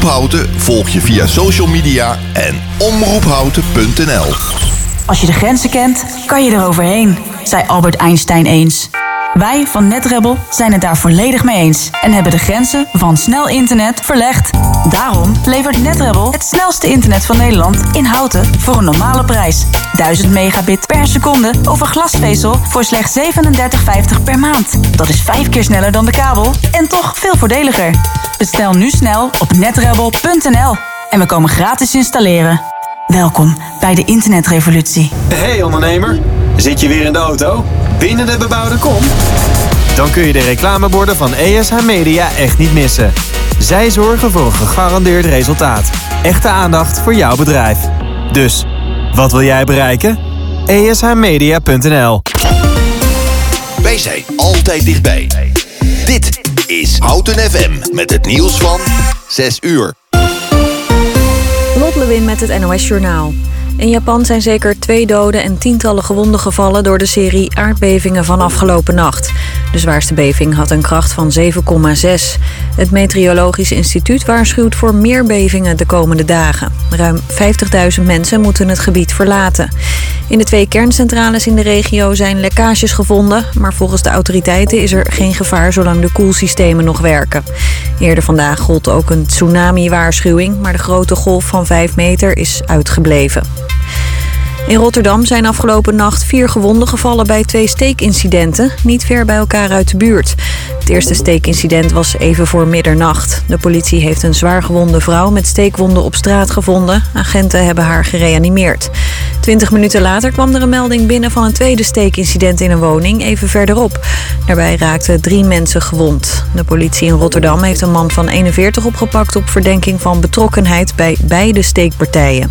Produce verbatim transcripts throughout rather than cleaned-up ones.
Omroep Houten volg je via social media en omroephouten punt n l. Als je de grenzen kent, kan je eroverheen, zei Albert Einstein eens. Wij van NetRebel zijn het daar volledig mee eens en hebben de grenzen van snel internet verlegd. Daarom levert NetRebel het snelste internet van Nederland in Houten voor een normale prijs. duizend megabit per seconde over glasvezel voor slechts zevenendertig vijftig per maand. Dat is vijf keer sneller dan de kabel en toch veel voordeliger. Bestel nu snel op netrebel punt n l en we komen gratis installeren. Welkom bij de internetrevolutie. Hey ondernemer, zit je weer in de auto? Binnen de bebouwde kom? Dan kun je de reclameborden van E S H Media echt niet missen. Zij zorgen voor een gegarandeerd resultaat. Echte aandacht voor jouw bedrijf. Dus, wat wil jij bereiken? e s h media punt n l. Wij zijn altijd dichtbij. Dit is Houten F M met het nieuws van zes uur. Lot Lewin met het N O S Journaal. In Japan zijn zeker twee doden en tientallen gewonden gevallen door de serie aardbevingen van afgelopen nacht. De zwaarste beving had een kracht van zeven komma zes. Het Meteorologisch Instituut waarschuwt voor meer bevingen de komende dagen. Ruim vijftigduizend mensen moeten het gebied verlaten. In de twee kerncentrales in de regio zijn lekkages gevonden, maar volgens de autoriteiten is er geen gevaar zolang de koelsystemen nog werken. Eerder vandaag gold ook een tsunami-waarschuwing, maar de grote golf van vijf meter is uitgebleven. In Rotterdam zijn afgelopen nacht vier gewonden gevallen bij twee steekincidenten, niet ver bij elkaar uit de buurt. Het eerste steekincident was even voor middernacht. De politie heeft een zwaargewonde vrouw met steekwonden op straat gevonden. Agenten hebben haar gereanimeerd. Twintig minuten later kwam er een melding binnen van een tweede steekincident in een woning, even verderop. Daarbij raakten drie mensen gewond. De politie in Rotterdam heeft een man van eenenveertig opgepakt op verdenking van betrokkenheid bij beide steekpartijen.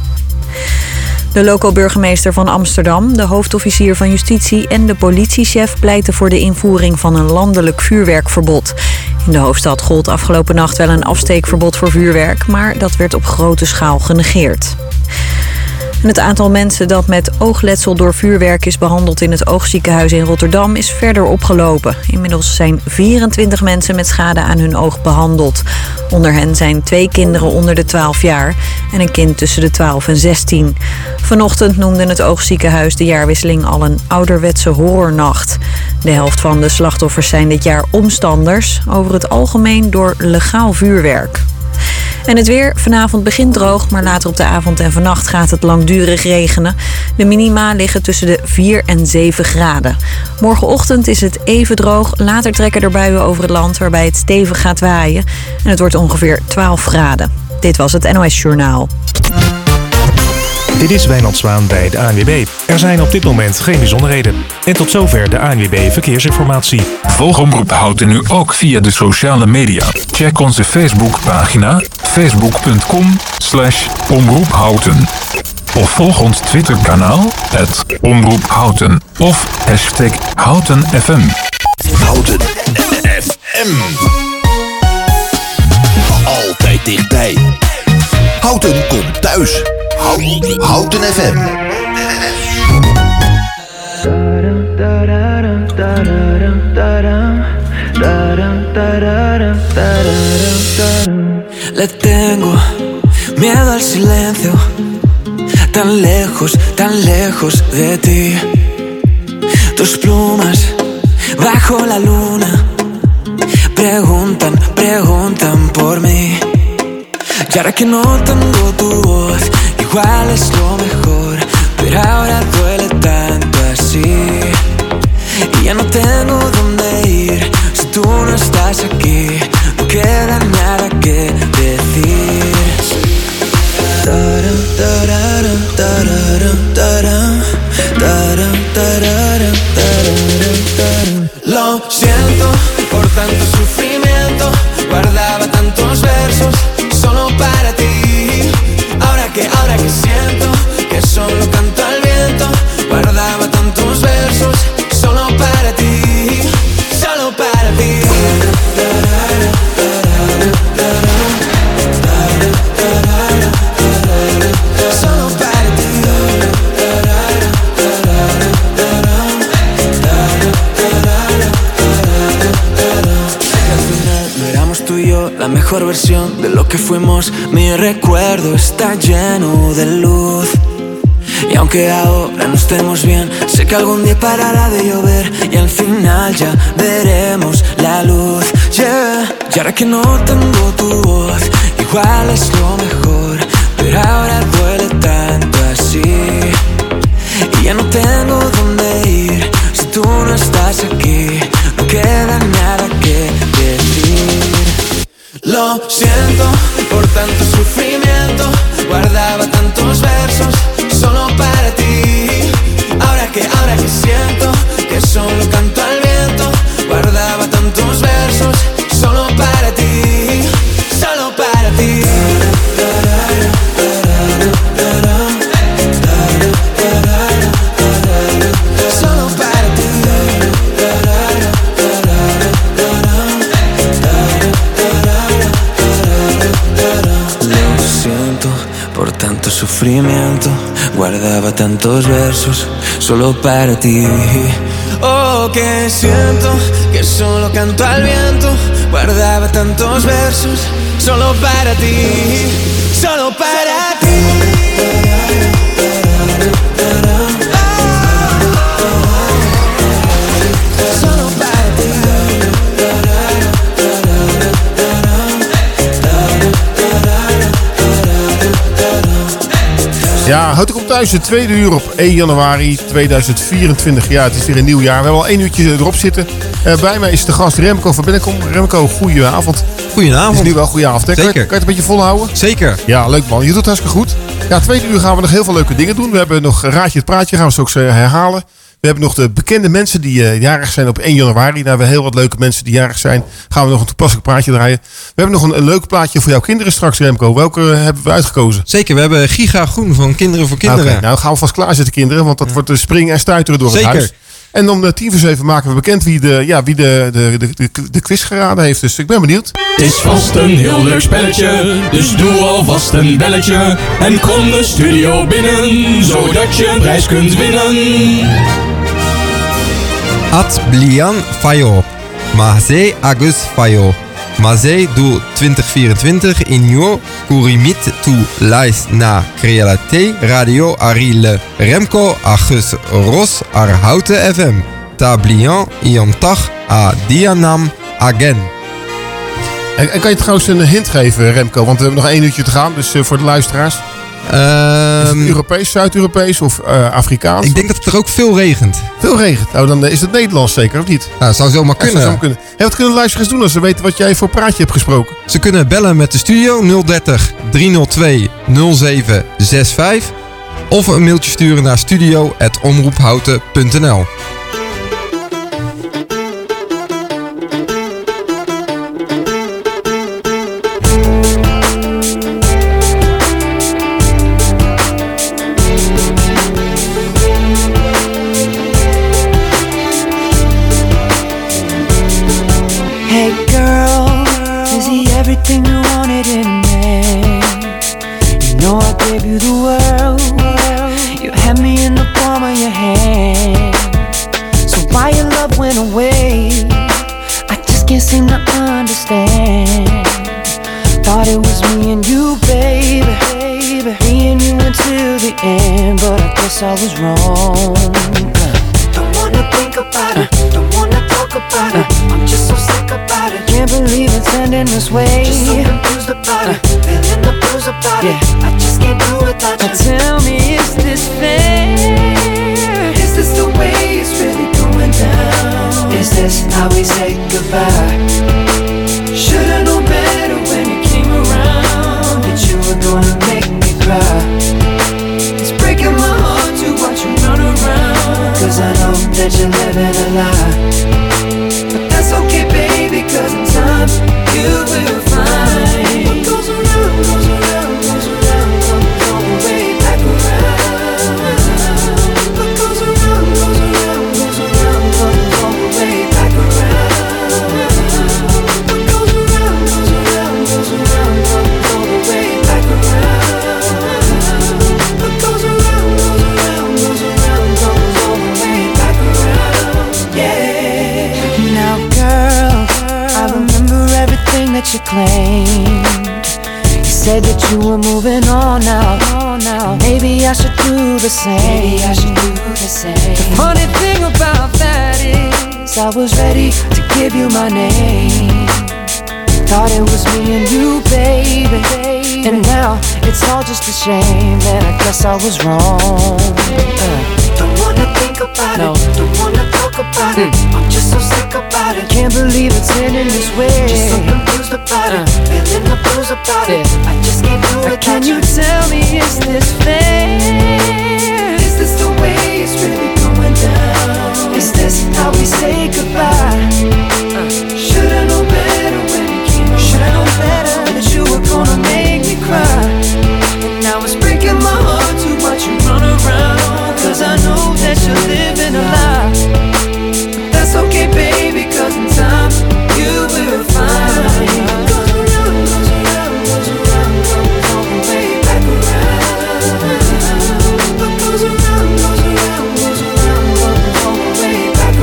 De loco-burgemeester van Amsterdam, de hoofdofficier van Justitie en de politiechef pleiten voor de invoering van een landelijk vuurwerkverbod. In de hoofdstad gold afgelopen nacht wel een afsteekverbod voor vuurwerk, maar dat werd op grote schaal genegeerd. En het aantal mensen dat met oogletsel door vuurwerk is behandeld in het oogziekenhuis in Rotterdam is verder opgelopen. Inmiddels zijn vierentwintig mensen met schade aan hun oog behandeld. Onder hen zijn twee kinderen onder de twaalf jaar en een kind tussen de twaalf en zestien. Vanochtend noemde het oogziekenhuis de jaarwisseling al een ouderwetse horrornacht. De helft van de slachtoffers zijn dit jaar omstanders, over het algemeen door legaal vuurwerk. En het weer, vanavond begint droog, maar later op de avond en vannacht gaat het langdurig regenen. De minima liggen tussen de vier en zeven graden. Morgenochtend is het even droog, later trekken er buien over het land waarbij het stevig gaat waaien. En het wordt ongeveer twaalf graden. Dit was het N O S Journaal. Dit is Wijnand Zwaan bij de A N W B. Er zijn op dit moment geen bijzonderheden. En tot zover de A N W B Verkeersinformatie. Volg Omroep Houten nu ook via de sociale media. Check onze Facebookpagina facebook punt com slash omroephouten. Of volg ons Twitterkanaal at omroephouten. Of hashtag houtenfm. Houten F M. Altijd dichtbij. Houten komt thuis. Houten F M. Le tengo miedo al silencio, tan lejos, tan lejos de ti. Tus plumas bajo la luna preguntan, preguntan por mí. Y ahora que no tengo tu voz, igual es lo mejor, pero ahora duele tanto así. Y ya no tengo dónde ir, si tú no estás aquí, no queda nada que decir. Taram, tararam, tararam, taram, taram, tararam, tararam, taram. Lo siento por tanto sufrimiento, guardaba tantos versos solo para ti. Ahora que, ahora que siento que solo canto al viento, guardaba tantos versos solo para ti, solo para ti. Solo para ti. Que al final no éramos tú y yo la mejor versión de lo que fuimos. Mi recuerdo está lleno de luz. Y aunque ahora no estemos bien, sé que algún día parará de llover y al final ya veremos la luz, yeah. Y ahora que no tengo tu voz, igual es lo mejor, pero ahora duele tanto así. Y ya no tengo dónde ir, si tú no estás aquí, no queda nada que decir. Lo siento por tanto sufrimiento, guardaba tantos versos solo para ti. Ahora que, ahora que siento que solo canto al viento, guardaba tantos versos solo para ti, solo para ti. Solo para ti. Lo siento por tanto sufrimiento, guardaba tantos versos solo para ti. Oh, que siento que solo canto al viento, guardaba tantos versos solo para ti, solo para ti. Solo para ti. Ja, houd ik op thuis, het tweede uur op één januari tweeduizend vierentwintig. Ja, het is weer een nieuw jaar. We hebben al één uurtje erop zitten. Uh, bij mij is de gast Remco van Bennekom. Remco, goedenavond. Goedenavond. Het is nu wel goedenavond, hè? Zeker. Kan je, kan je het een beetje volhouden? Zeker. Ja, leuk man. Je doet het hartstikke goed. Ja, het tweede uur gaan we nog heel veel leuke dingen doen. We hebben nog Raadje het Praatje, gaan we straks uh, herhalen. We hebben nog de bekende mensen die uh, jarig zijn op één januari. Daar hebben we heel wat leuke mensen die jarig zijn. Gaan we nog een toepasselijk praatje draaien. We hebben nog een, een leuk plaatje voor jouw kinderen straks, Remco. Welke uh, hebben we uitgekozen? Zeker, we hebben Giga Groen van Kinderen voor Kinderen. Okay, nou gaan we vast klaarzetten, kinderen. Want dat ja. wordt uh, springen en stuiteren door Zeker. het huis. En om uh, tien voor zeven maken we bekend wie de, ja, wie de, de, de, de, de quiz geraden heeft. Dus ik ben benieuwd. Het is vast een heel leuk spelletje, dus doe alvast een belletje. En kom de studio binnen, zodat je een prijs kunt winnen. At Blian Fayo, Mahze Agus Fayo, Mahze du twintig vierentwintig Inyo Kurimit tu Lais na Crealate Radio Arile Remco Agus Ros Arhoute F M, Ta Blian Iomtag A Dianam Agen. En, en kan je trouwens een hint geven, Remco? Want we hebben nog één uurtje te gaan, dus uh, voor de luisteraars. Um, is het Europees, Zuid-Europees of uh, Afrikaans? Ik denk dat het er ook veel regent. Veel regent? Nou, dan is het Nederlands zeker, of niet? Nou, zou zomaar kunnen. Ja, zou kunnen. Hey, wat kunnen de luisteraars doen als ze weten wat jij voor praatje hebt gesproken? Ze kunnen bellen met de studio nul dertig driehonderdtwee nul zeven zestig of een mailtje sturen naar studio at omroephouten punt n l. Everything you wanted in a man. You know I gave you the world. You had me in the palm of your hand. So why your love went away, I just can't seem to understand. Thought it was me and you, baby, me and you until the end, but I guess I was wrong. Don't wanna think about it, don't wanna talk about it. I'm just so sick about it. Can't believe it's ending this way. Just so confused about it, feeling the blues about it. I just can't do without you. Tell me, is this fair? Is this the way it's really going down? Is this how we say goodbye? Should've known better when you came around, that you were gonna make me cry. It's breaking my heart to watch you run around, cause I know that you're living a lie. But that's okay, baby, cause in time you will find what goes around, goes around, goes around, comes all the way back around. What goes around, goes around, goes around, comes all the way back around. What goes around, goes around, goes around, comes all the way back around. What goes around, goes around, goes around, comes all the way back around. Yeah. that you claimed. You said that you were moving on now, now. Maybe I should do the same. Maybe I should do the same. The funny thing about that is I was ready to give you my name. Thought it was me and you, baby, baby. And now it's all just a shame. And I guess I was wrong. uh. Don't wanna think about no. it, don't wanna talk about mm. it. I'm just so sick about it. Can't believe it's ending this way. Just so confused about uh. it, feeling the blues about yeah. it. I just can't do it. Can you tell me, is this fair? Is this the way it's really going down? Is this how we say goodbye? uh. Should've known better when it came around. Should've known better that you were gonna make me cry. And now it's breaking my heart to watch you run around. Cause I know that you're living a lie. But that's okay, baby, cause in time you will find. What goes around, goes around, goes around, comes all the way back around. What goes around, goes around, goes around, comes all the way back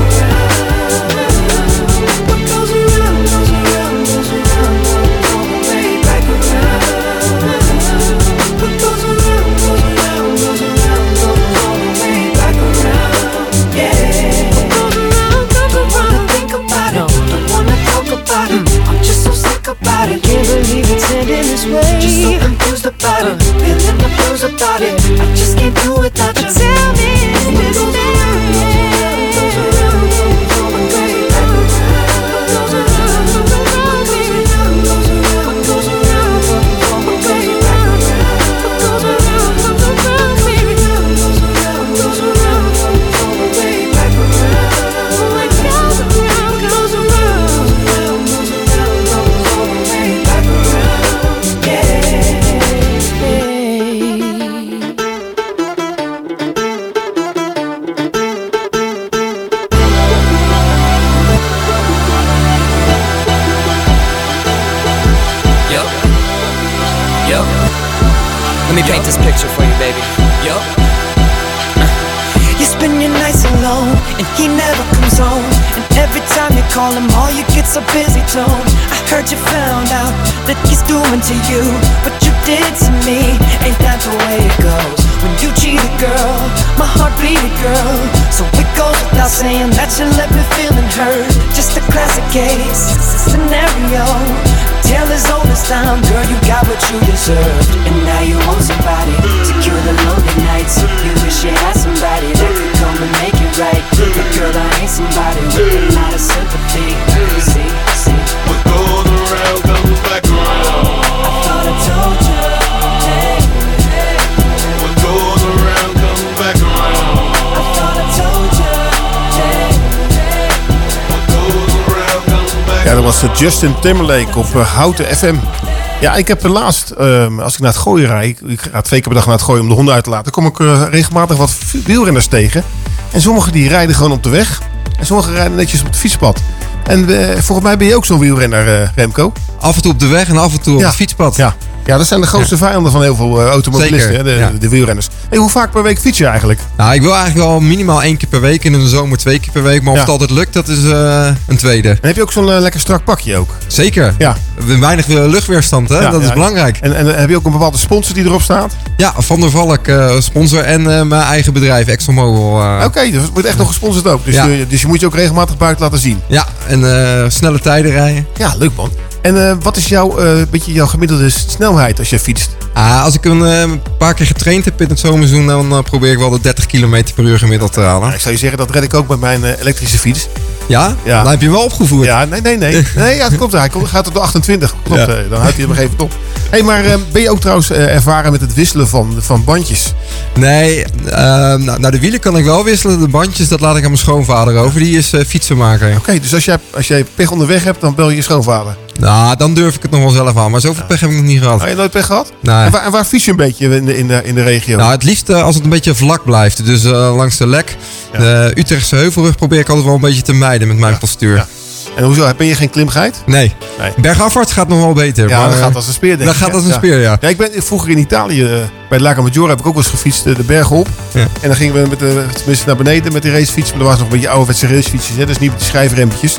around. What goes around, goes around, goes around, comes all the way back around. What goes around, goes around, goes around, comes all the way back around. Yeah. What goes around, comes around. Don't wanna think about it, don't wanna talk about it. I'm just so sick about it. Can't believe it's ending this way. Just so confused about it, feeling the blues about it. I just can't do it without you. Tell me, is this fair? Goes around, comes all the way back around. Goes around, goes around, goes around, goes around, goes around, comes all the way back around. Goes around, comes around, baby. Goes around, goes around, comes all the way back around. It goes around, goes around, goes around, comes all the way back around. Yeah. Yup. Yup. Let me paint this picture for you, baby. Yup. You spend your nights alone, and he never comes home. And every time you call him, all you get's a busy tone. I heard you found out that he's doing to you what you did to me. Ain't that the way it goes? When you cheat a girl, my heart bleeded, girl. So it goes without saying that you left me feeling hurt. Just a classic case scenario. Tale as old as time, girl, you got what you deserved. And now you want somebody to cure the lonely nights. You wish you had somebody that could come and make it right. But girl, I ain't somebody with a lot of sympathy. You see, see. What goes around comes back around. I thought I told you, hey, hey. What goes around comes back around. I thought I told you, hey, hey. What goes around comes back around. Ja, dat was Justin Timberlake op uh, Houten F M. Ja, ik heb laatst, uh, als ik naar het gooien rijd, ik ga twee keer per dag naar het gooien om de honden uit te laten, kom ik uh, regelmatig wat wielrenners tegen. En sommigen die rijden gewoon op de weg. En sommigen rijden netjes op het fietspad. En uh, volgens mij ben je ook zo'n wielrenner, uh, Remco. Af en toe op de weg en af en toe op ja. het fietspad. Ja. Ja, dat zijn de grootste ja. vijanden van heel veel uh, automobilisten, hè, de, ja. de wielrenners. Hey, hoe vaak per week fiets je eigenlijk? Nou, ik wil eigenlijk wel minimaal één keer per week. En in de zomer twee keer per week. Maar of ja. het altijd lukt, dat is uh, een tweede. En heb je ook zo'n uh, lekker strak pakje ook? Zeker. Ja. Weinig luchtweerstand, hè? Ja, dat ja, is belangrijk. En, en heb je ook een bepaalde sponsor die erop staat? Ja, Van der Valk uh, sponsor en uh, mijn eigen bedrijf, ExxonMobil. Uh. Oké, okay, dus het wordt echt nog gesponsord ook. Dus, ja. je, dus je moet je ook regelmatig buiten laten zien. Ja, en uh, snelle tijden rijden. Ja, leuk man. En uh, wat is jouw, uh, beetje jouw gemiddelde snelheid als je fietst? Ah, als ik een uh, paar keer getraind heb in het zomerseizoen, dan uh, probeer ik wel de dertig kilometer per uur gemiddeld te halen. Ja, ik zou je zeggen, dat red ik ook met mijn uh, elektrische fiets. Ja? Ja? Dan heb je hem wel opgevoerd. Ja, nee, nee, nee. nee ja, dat klopt. Hij gaat op de achtentwintig. Klopt, ja. Dan houdt hij hem nog even op. Hé, hey, maar uh, ben je ook trouwens uh, ervaren met het wisselen van, van bandjes? Nee, uh, nou, nou de wielen kan ik wel wisselen. De bandjes, dat laat ik aan mijn schoonvader over. Die is uh, fietsenmaker. Oké, okay, dus als jij, als jij pech onderweg hebt, dan bel je je schoonvader? Nou, dan durf ik het nog wel zelf aan. Maar zoveel ja. pech heb ik nog niet gehad. Heb je nooit pech gehad? Nee. En waar, en waar fiets je een beetje in de, in de, in de regio? Nou, het liefst uh, als het een beetje vlak blijft. Dus uh, langs de Lek. Ja. De Utrechtse Heuvelrug probeer ik altijd wel een beetje te mijden met mijn ja. postuur. Ja. En hoezo? Ben je geen klimgeit? Nee. nee. Bergafwaarts gaat nog wel beter. Ja, maar, dat gaat als een speer, denk ik. Dat gaat als een speer, ja. ja. Ik ben vroeger in Italië, uh, bij de Lago Maggiore, heb ik ook wel eens gefietst uh, de bergen op. Ja. En dan gingen we met de, tenminste naar beneden met die racefiets. Maar er was nog een beetje ouderwetse racefietsjes, hè, dus niet met die schijfrempjes.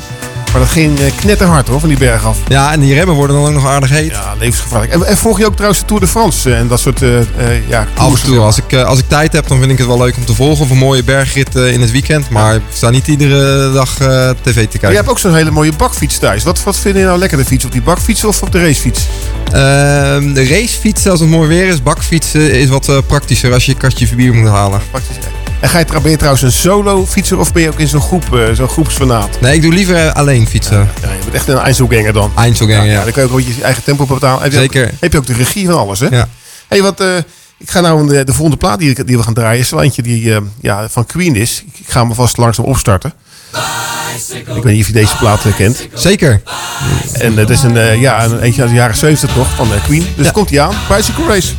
Maar dat ging uh, knetterhard hoor, van die berg af. Ja, en die remmen worden dan ook nog aardig heet. Ja, levensgevaarlijk. En, en volg je ook trouwens de Tour de France uh, en dat soort uh, uh, ja, af en toe. Als ik, uh, als ik tijd heb, dan vind ik het wel leuk om te volgen. Of een mooie bergrit uh, in het weekend. Maar ik sta niet iedere dag uh, tv te kijken. Je hebt ook zo'n hele mooie bakfiets thuis. Wat, wat vind je nou lekker, de fiets? Op die bakfiets of op de racefiets? Uh, de racefiets, als het mooi weer is. Bakfietsen is wat uh, praktischer als je je kastje bier moet halen. Praktisch, ja. En ga je, ben je trouwens een solo fietser of ben je ook in zo'n groep, uh, zo'n groepsfanaat? Nee, ik doe liever uh, alleen fietsen. Ja, ja, je bent echt een Einzelganger dan. Einzelganger, ja. ja. Dan kun je ook je eigen tempo bepalen. Heb je Zeker. Ook, heb je ook de regie van alles, hè? Ja. Hey, wat, uh, ik ga nou de, de volgende plaat die, die we gaan draaien. Is wel eentje die uh, ja, van Queen is. Ik, ik ga hem vast langzaam opstarten. Bicycle. Ik weet niet of je deze plaat uh, kent. Zeker. En het uh, is een, uh, ja, een eentje uit de jaren zeventig toch, van uh, Queen. Dus ja. Komt hij aan. Bicycle Race.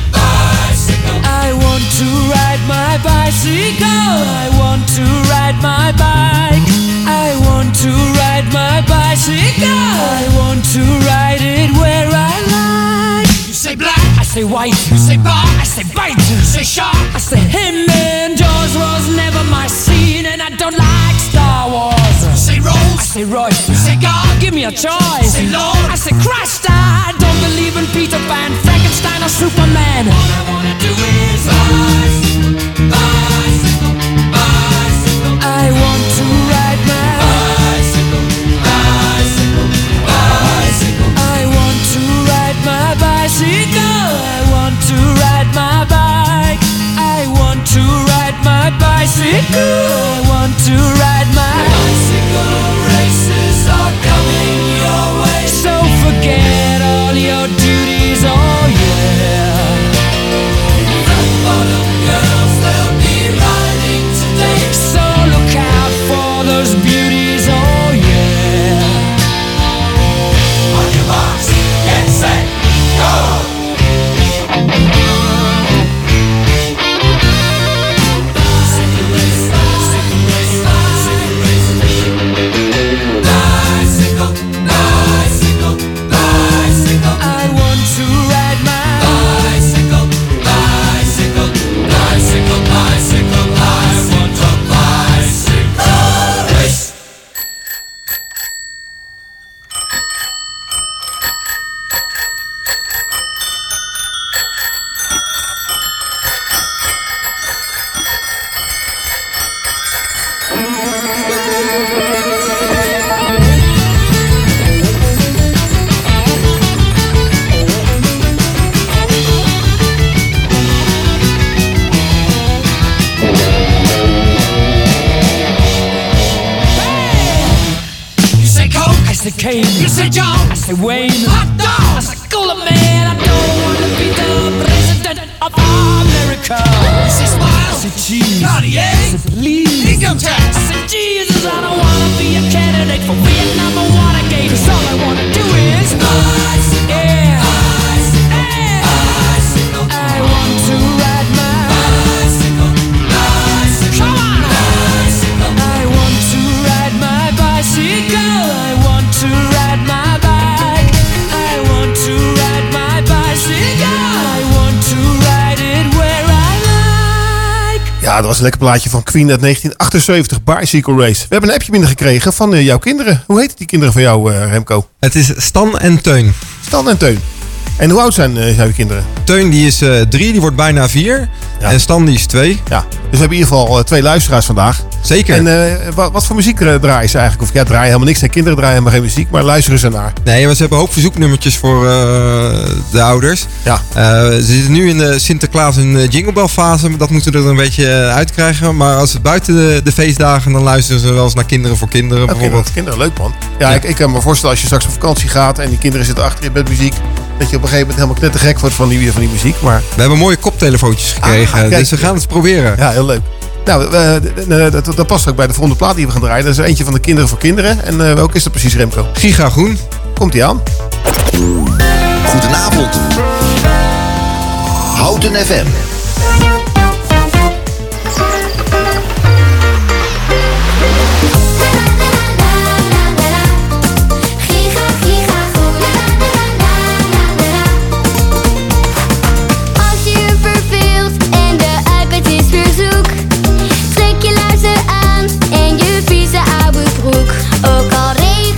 I want to ride my bicycle. I want to ride my bike. I want to ride my bicycle. I want to ride it where I like. You say black, I say white. You say bar, I say bite. You say shark, I say him. And Jaws was never my scene, and I don't like Star Wars. You say Rose, I say Royce. You say God, give me a choice. You say Lord, I say Christ. I don't believe in Peter Pan, Frankenstein or Superman. All I wanna do is bicycle, bicycle, bicycle. I want to ride my bicycle, bicycle, bicycle. I want to ride my bicycle. I want to ride my bike. I want to ride my bicycle. I want to ride my bicycle. Races are coming your way, so forget all your duties. Oh yeah. Rock bottom girls, they'll be riding today, so look out for those beauties. Oh yeah. On your marks, get set, go. You say John, I say Wayne, hot dog, I say cooler man. I don't wanna be the president of America. I say smile, I say cheese, Cartier, I say please, income tax, I say Jesus. I don't wanna be a candidate for Vietnam or Watergate. Cause all I wanna do is bicycle, yeah, bicycle, yeah. Bicycle. I want to ride my bicycle, bicycle. Come on, bicycle. I want to ride my bicycle. I want to ride my bike. I want to ride my bicycle. I want to ride it where I like. Ja, dat was een lekker plaatje van Queen uit negentien achtenzeventig, Bicycle Race. We hebben een appje binnengekregen van uh, jouw kinderen. Hoe heet die kinderen van jou, uh, Remco? Het is Stan en Teun. Stan en Teun. En hoe oud zijn uh, jouw kinderen? Teun die is uh, drie, die wordt bijna vier. Ja. En Stan die is twee. Ja, dus we hebben in ieder geval uh, twee luisteraars vandaag. Zeker. En uh, wat, wat voor muziek uh, draaien ze eigenlijk? Of ja, draaien helemaal niks. En kinderen draaien helemaal geen muziek, maar luisteren ze naar. Nee, maar ze hebben een hoop verzoeknummertjes voor uh, de ouders. Ja. Uh, ze zitten nu in de Sinterklaas en Jingle Bell fase. Dat moeten we er een beetje uitkrijgen. Maar als het buiten de, de feestdagen, dan luisteren ze wel eens naar Kinderen voor Kinderen. Okay, bijvoorbeeld. Kinderen, leuk man. Ja, ja. Ik, ik kan me voorstellen als je straks op vakantie gaat en die kinderen zitten achter je met muziek, dat je op een gegeven moment helemaal knettergek wordt van die, van die muziek. Maar... We hebben mooie koptelefoontjes gekregen, ah, dus we gaan het proberen. Ja, heel leuk. Nou, uh, dat, dat past ook bij de volgende plaat die we gaan draaien. Dat is eentje van de Kinderen voor Kinderen. En uh, welke is dat precies, Remco? Giga Groen. Komt ie aan. Goedenavond. Houten F M. Ook al reed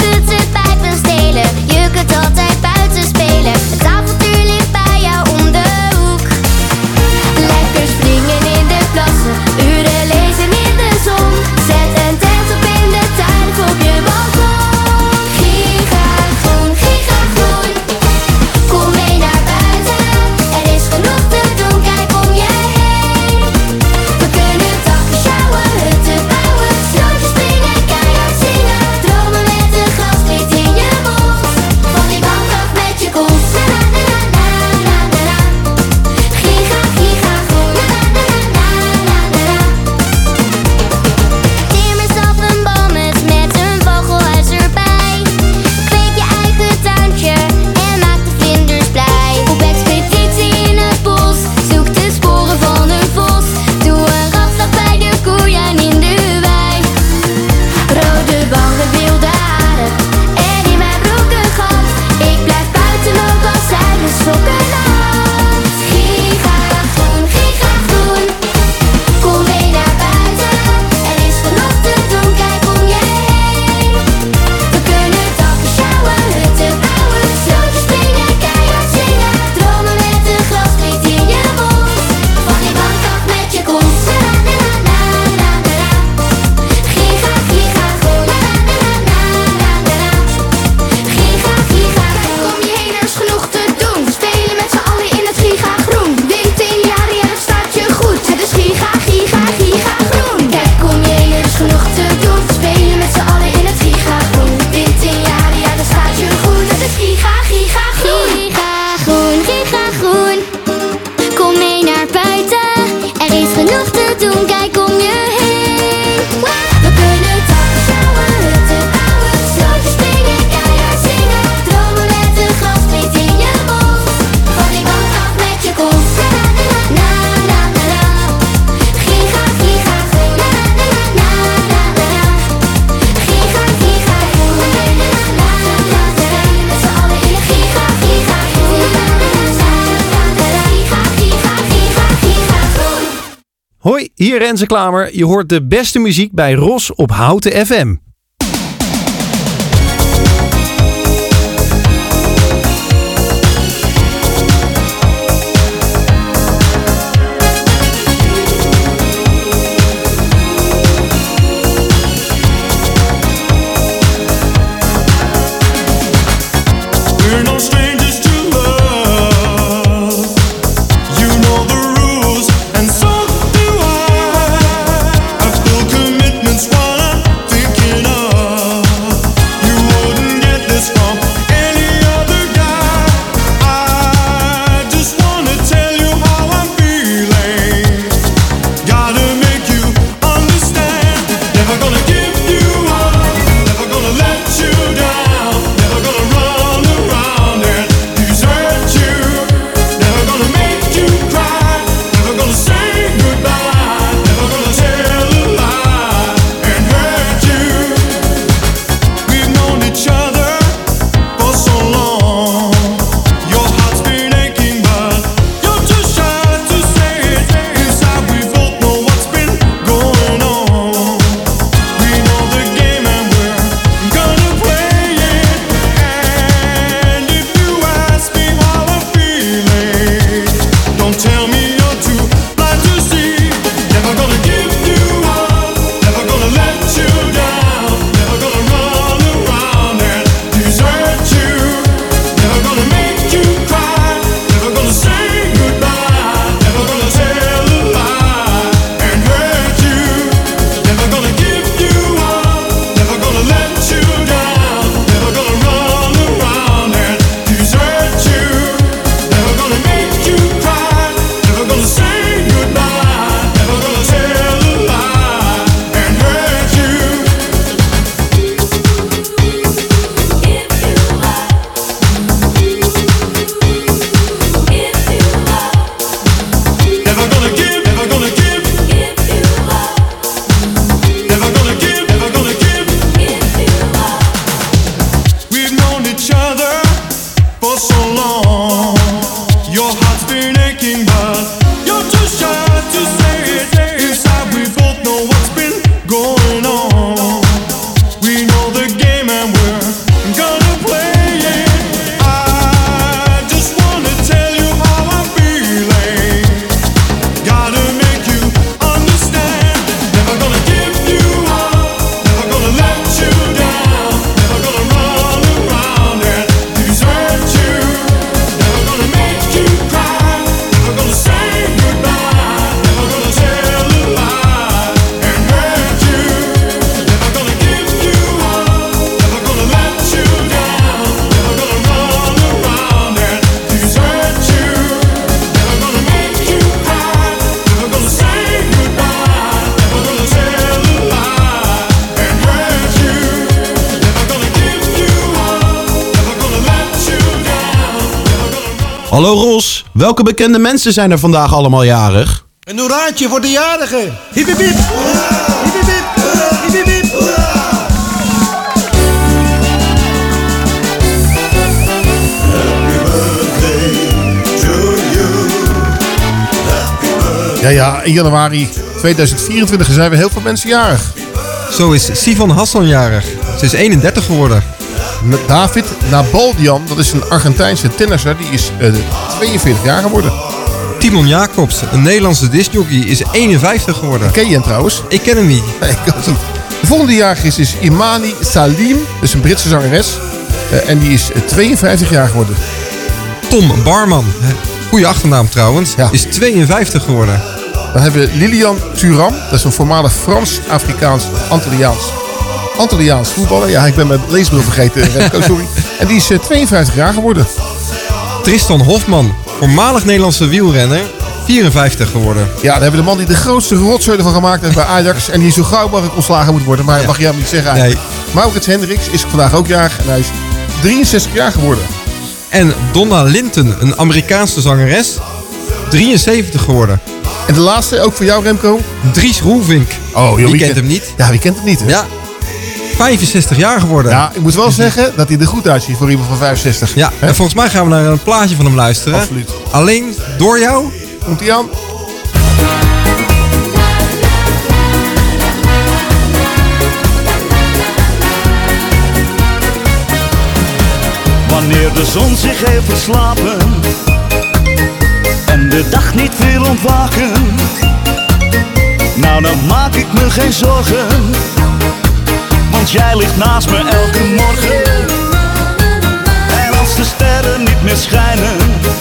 Hoi, hier Renze Klamer. Je hoort de beste muziek bij Ros op Houten F M. We're no strangers to love. You know the rules, and so do I. I feel commitment's what I'm thinking of. You wouldn't get this from any other guy. I just wanna tell you how I'm feeling. Gotta make you understand. Never gonna give you up. Never gonna let you down. Never gonna run around and desert you. Never gonna make you cry. Never gonna say goodbye. Never gonna tell a lie and hurt you. We've known each other for so long. Your heart's been aching, but you're too shy to say it. Inside we both know what's been going on. We know the game and we're gonna play it. And if you ask me how I'm feeling, don't tell me you're too blind to see. Never gonna give you up. Never gonna let you down. Never gonna run around and desert you. Never gonna make you cry. Never gonna say goodbye. Never gonna tell a lie and hurt you. Never gonna give you up. Never gonna let you down. Never gonna run around and desert you. Never gonna make you cry. Never gonna say goodbye. Never gonna tell a lie and hurt you. Never gonna give, never gonna give. Never gonna give, never gonna give. We've known each other for so long. Your heart's been aching, but you're too shy to say it. Inside we both know what's been going on. We know the game and we're gonna play it. I just wanna tell you how I'm feeling. Gotta make you understand. Never gonna give you up. Never gonna let you down. Never gonna run around and desert you. Never gonna make you cry. Never gonna say goodbye. Never gonna tell a lie and hurt you. Never gonna give you up. Never gonna let you down. Never gonna run around and desert you. Never gonna make you cry. Never gonna say goodbye. Never gonna tell a lie and hurt you. Never gonna give you up. Never gonna let you down. Hallo Ros, welke bekende mensen zijn er vandaag allemaal jarig? Een hoeraatje voor de jarigen. Hiep hiep hiep. Hiep hiep hiep. Hiep hiep hiep. Ja, ja, in januari tweeduizend vierentwintig zijn we heel veel mensen jarig. Zo is Sifon Hassan jarig. Ze is eenendertig geworden. Met David Nabaldian, dat is een Argentijnse tennisser, die is uh, tweeënveertig jaar geworden. Timon Jacobs, een Nederlandse discjockey, is eenenvijftig geworden. Ken je hem trouwens? Ik ken hem niet. Nee, ik ook niet. De volgende jarig is, is Imani Salim, dat is een Britse zangeres. Uh, en die is uh, tweeënvijftig jaar geworden. Tom Barman, goede achternaam trouwens, ja. Is tweeënvijftig geworden. Dan hebben we Lilian Thuram, dat is een voormalig Frans-Afrikaans Antilliaans. Antilliaans voetballer. Ja, ik ben mijn leesbril vergeten, Remco, sorry. En die is uh, tweeënvijftig jaar geworden. Tristan Hofman, voormalig Nederlandse wielrenner, vierenvijftig geworden. Ja, dan hebben we de man die de grootste rotzooi ervan gemaakt heeft bij Ajax. En die zo gauw mogelijk ontslagen moet worden. Maar ja. Mag je hem niet zeggen eigenlijk. Nee. Maurits Hendricks is vandaag ook jarig en hij is drieënzestig jaar geworden. En Donna Linton, een Amerikaanse zangeres, drieënzeventig geworden. En de laatste, ook voor jou Remco? Dries Roelvink. Oh, joh, wie, wie kent ken... hem niet? Ja, wie kent hem niet? Hè? Ja. vijfenzestig jaar geworden. Ja, ik moet wel zeggen dat hij er goed uitziet voor iemand van vijfenzestig. Ja, He? En volgens mij gaan we naar een plaatje van hem luisteren. Absoluut. Alleen door jou. Komt hij aan? wanneer de zon zich heeft verslapen en de dag niet wil ontwaken, nou dan maak ik me geen zorgen, want jij ligt naast me elke morgen. En als de sterren niet meer schijnen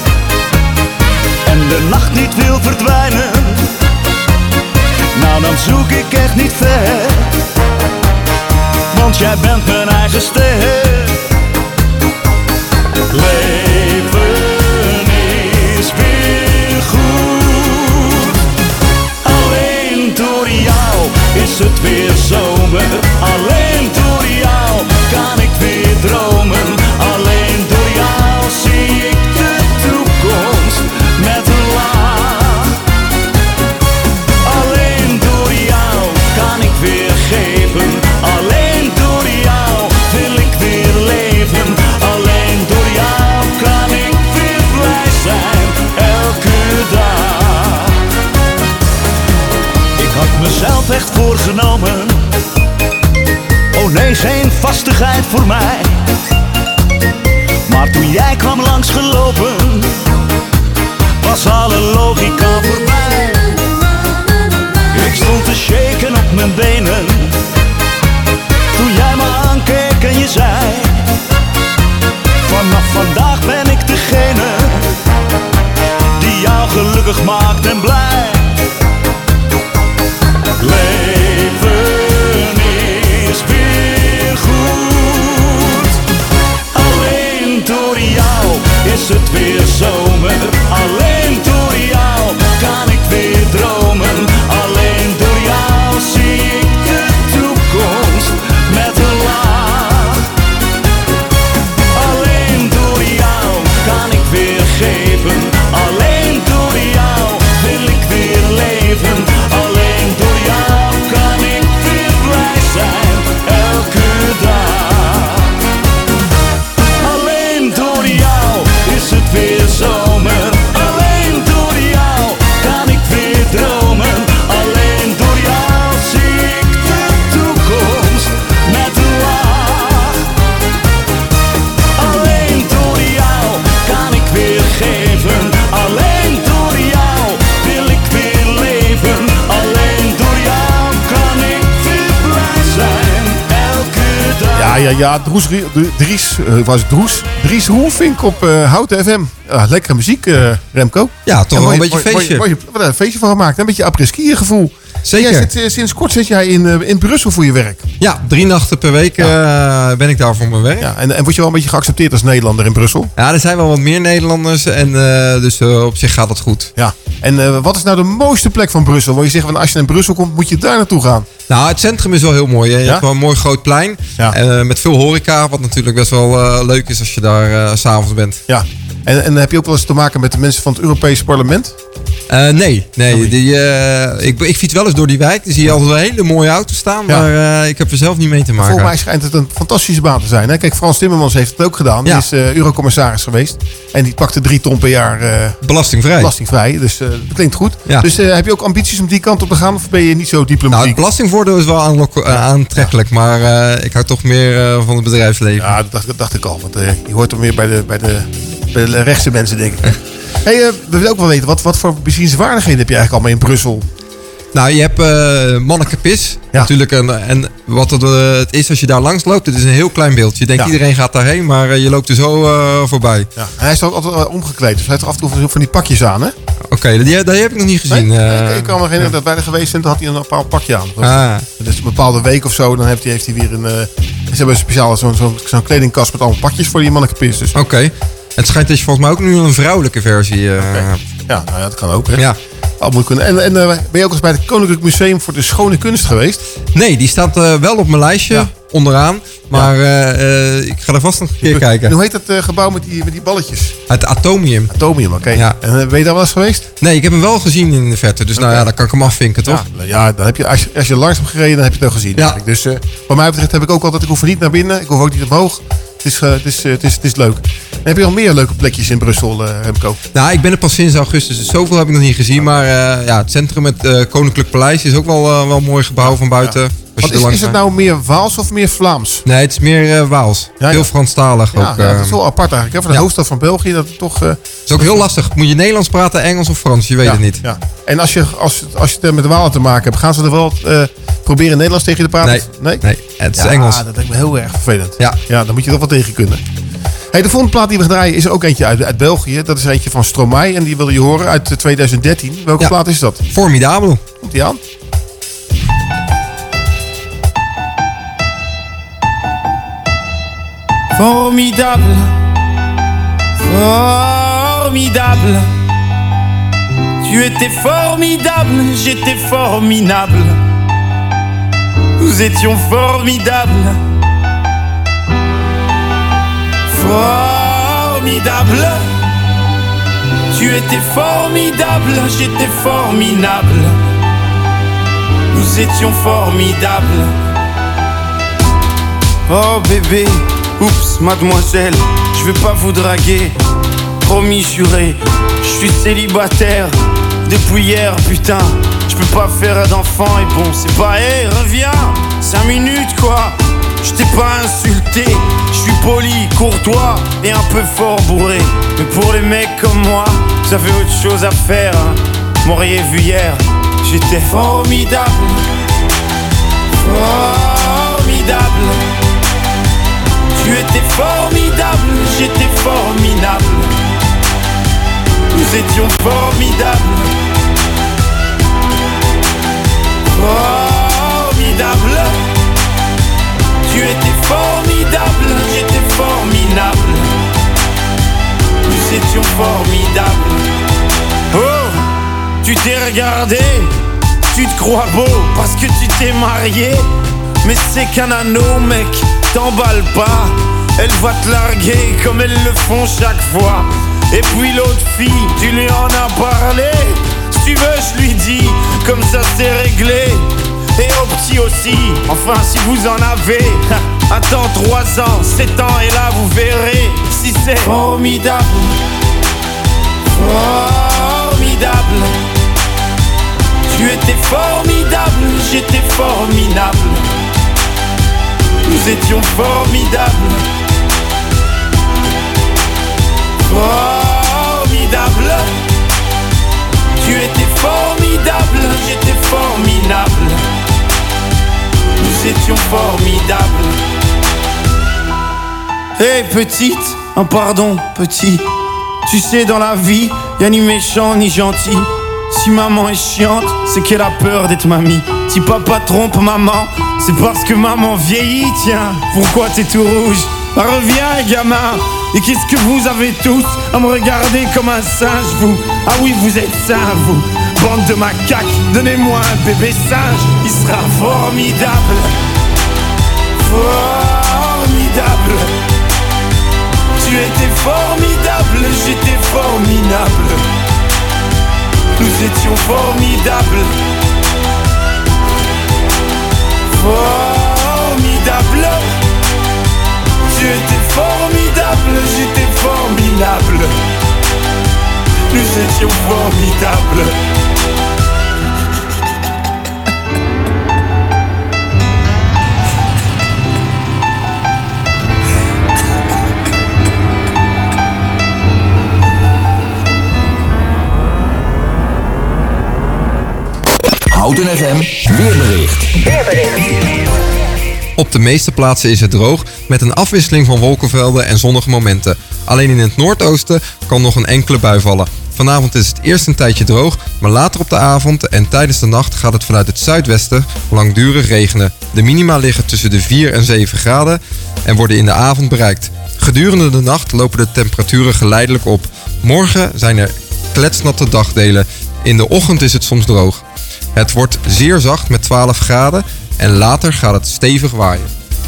en de nacht niet wil verdwijnen, nou dan zoek ik echt niet ver, want jij bent mijn eigen ster. Leven is weer goed, alleen door jou is het weer zomer. Alleen door jou kan ik weer dromen. Alleen door jou zie ik de toekomst met een lach. Alleen door jou kan ik weer geven. Alleen door jou wil ik weer leven. Alleen door jou kan ik weer blij zijn elke dag. Ik had mezelf echt voorgenomen, oh nee, geen vastigheid voor mij. Maar toen jij kwam langs gelopen, was alle logica voorbij. Ik stond te shaken op mijn benen toen jij me aankeek en je zei: vanaf vandaag ben ik degene die jou gelukkig maakt en blij. Leven is weer goed, alleen door jou is het weer zomer. Alleen door jou kan ik weer dromen. Alleen door jou zie ik de toekomst met een lach. Alleen door jou kan ik weer geven. Alleen door jou wil ik weer leven. Alleen door jou kan ik weer blij zijn elke dag. Alleen door jou is het weer zomer. Alleen door jou kan ik weer dromen. Alleen door jou zie ik de toekomst met een lach. Alleen door jou kan ik weer geven. Alleen door jou wil ik weer leven. Alleen door jou kan ik weer blij zijn elke dag. Ja, ja, ja. Droes, Dries, uh, was het Droes? Dries Roelvink op uh, Houten F M. Ja, lekkere muziek, uh, Remco. Ja, toch en wel een mooi- beetje mooi- feestje. mooi- mooi- Een feestje van gemaakt. Een beetje après-ski gevoel. Zeker. Jij zit, uh, sinds kort zit jij in, uh, in Brussel voor je werk. Ja, drie nachten per week uh, ben ik daar voor mijn werk. Ja, en, en word je wel een beetje geaccepteerd als Nederlander in Brussel? Ja, er zijn wel wat meer Nederlanders en uh, dus uh, op zich gaat het goed. Ja. En uh, wat is nou de mooiste plek van Brussel? Waar je zegt, van, als je naar Brussel komt, moet je daar naartoe gaan. Nou, het centrum is wel heel mooi. Hè? Je Ja? hebt wel een mooi groot plein. Ja. Uh, met veel horeca, wat natuurlijk best wel uh, leuk is als je daar uh, 's avonds bent. Ja. En, en heb je ook wel eens te maken met de mensen van het Europese parlement? Uh, nee, nee. Die, uh, ik, ik fiets wel eens door die wijk. Dan zie je altijd wel hele mooie auto's staan. Ja. Maar uh, ik heb er zelf niet mee te maken. Volgens mij schijnt het een fantastische baan te zijn. Hè? Kijk, Frans Timmermans heeft het ook gedaan. Die Ja. is uh, eurocommissaris geweest. En die pakte drie ton per jaar uh, belastingvrij. belastingvrij. Dus uh, dat klinkt goed. Ja. Dus uh, heb je ook ambities om die kant op te gaan? Of ben je niet zo Nou, diplomatiek? het belastingvoordeel is wel aanlok- uh, aantrekkelijk. Maar uh, ik hou toch meer uh, van het bedrijfsleven. Ja, dat dacht, dat dacht ik al. Want uh, je hoort er meer bij de, bij de, bij de rechtse mensen, denk ik. Hey, uh, we willen ook wel weten, wat, wat voor bezienswaardigheden heb je eigenlijk allemaal in Brussel? Nou, je hebt uh, Mannekepis. Ja. Natuurlijk. En, en wat het, uh, het is als je daar langs loopt, het is een heel klein beeldje. Je denkt Ja. iedereen gaat daarheen, maar uh, je loopt er zo uh, voorbij. Ja. En hij is ook altijd uh, omgekleed. Dus hij heeft af en toe van- van die pakjes aan, hè? Oké, okay, die, die heb ik nog niet gezien. Nee? Uh, ik, ik kan me herinneren dat wij er geweest zijn, toen had hij een bepaald pakje aan. Ah. Dus een bepaalde week of zo, dan heeft hij, heeft hij weer een... Uh, ze hebben een speciale zo'n zo'n zo'n kledingkast met allemaal pakjes voor die Mannekepis. Dus. Oké. Okay. Het schijnt dat je volgens mij ook nu een vrouwelijke versie uh, okay. hebt. Ja, nou ja, dat kan ook. Hè? Ja. Al moet kunnen. En, en uh, ben je ook eens bij het Koninklijk Museum voor de Schone Kunst geweest? Nee, die staat uh, wel op mijn lijstje, ja. onderaan. Maar ja. uh, uh, ik ga er vast nog een keer kijken. En hoe heet dat uh, gebouw met die, met die balletjes? Het Atomium. Atomium, oké. Okay. Ja. En uh, ben je daar wel eens geweest? Nee, ik heb hem wel gezien in de verte. Dus okay. nou ja, dan kan ik hem afvinken, toch? Ja, ja dan heb je, als, je, als je langs hebt gereden, dan heb je het al gezien. Ja. Dus uh, wat mij betreft heb ik ook altijd, ik hoef er niet naar binnen. Ik hoef ook niet omhoog. Het is, uh, het, is, uh, het, is, het is leuk. En heb je nog meer leuke plekjes in Brussel, uh, Remco? Nou, ik ben er pas sinds augustus, dus zoveel heb ik nog niet gezien. Maar uh, ja, het centrum met uh, Koninklijk Paleis is ook wel uh, wel een mooi gebouw ja, van buiten. Ja. Als Als je is, er langs is het gaat. nou meer Waals of meer Vlaams? Nee, het is meer uh, Waals. Ja, Heel ja. Franstalig Ja, ook. ja, uh, dat is wel apart eigenlijk. Hè? Voor de ja. hoofdstad van België, dat het toch... Uh, Het is ook heel lastig. Moet je Nederlands praten, Engels of Frans? Je weet ja, het niet. Ja. En als je, als, als je het met de Walen te maken hebt, gaan ze er wel uh, proberen Nederlands tegen je te praten? Nee, nee? nee het is ja, Engels. dat lijkt me heel erg vervelend. Ja. Ja, dan moet je er wel tegen kunnen. Hey, de volgende plaat die we draaien is er ook eentje uit, uit België. Dat is eentje van Stromae en die wilde je horen uit twintig dertien. Welke Ja. plaat is dat? Formidabel. Komt die aan? Formidable, formidable. Tu étais formidable, j'étais formidable. Nous étions formidables. Formidable. Tu étais formidable, j'étais formidable. Nous étions formidables. Oh bébé, oups mademoiselle, je vais pas vous draguer. Promis juré, je suis célibataire depuis hier, putain. Je peux pas faire d'enfant et bon, c'est pas, hé, hey, reviens, cinq minutes quoi. Je t'ai pas insulté, je suis poli, courtois et un peu fort bourré. Mais pour les mecs comme moi, vous avez autre chose à faire, hein. M'auriez vu hier, j'étais formidable. Formidable. Tu étais formidable, j'étais formidable. Nous étions formidables. Formidable. Tu étais formidable, j'étais formidable. Nous étions formidables. Oh, tu t'es regardé, tu te crois beau parce que tu t'es marié. Mais c'est qu'un anneau, mec, t'emballe pas. Elle va te larguer comme elles le font chaque fois. Et puis l'autre fille, tu lui en as parlé. Si tu veux, je lui dis, comme ça c'est réglé. Et au petit aussi, enfin si vous en avez. Attends trois ans, sept ans et là vous verrez si c'est formidable. Formidable. Tu étais formidable, j'étais formidable. Nous étions formidables. Formidable. Tu étais formidable, j'étais formidable. Nous étions formidables. Hey petite, oh pardon petit. Tu sais dans la vie, y'a ni méchant ni gentil. Si maman est chiante, c'est qu'elle a peur d'être mamie. Si papa trompe maman, c'est parce que maman vieillit, tiens. Pourquoi t'es tout rouge? Bah, reviens gamin. Et qu'est-ce que vous avez tous à me regarder comme un singe, vous? Ah oui, vous êtes sains, vous. Bande de macaques, donnez-moi un bébé singe. Il sera formidable. Formidable. Tu étais formidable, j'étais formidable. Nous étions formidables. Formidable. Tu étais formidable, j'étais formidable. Nous étions formidables. Houten F M, weerbericht. Op de meeste plaatsen is het droog met een afwisseling van wolkenvelden en zonnige momenten. Alleen in het noordoosten kan nog een enkele bui vallen. Vanavond is het eerst een tijdje droog, maar later op de avond en tijdens de nacht gaat het vanuit het zuidwesten langdurig regenen. De minima liggen tussen de vier en zeven graden en worden in de avond bereikt. Gedurende de nacht lopen de temperaturen geleidelijk op. Morgen zijn er kletsnatte dagdelen. In de ochtend is het soms droog. Het wordt zeer zacht met twaalf graden en later gaat het stevig waaien.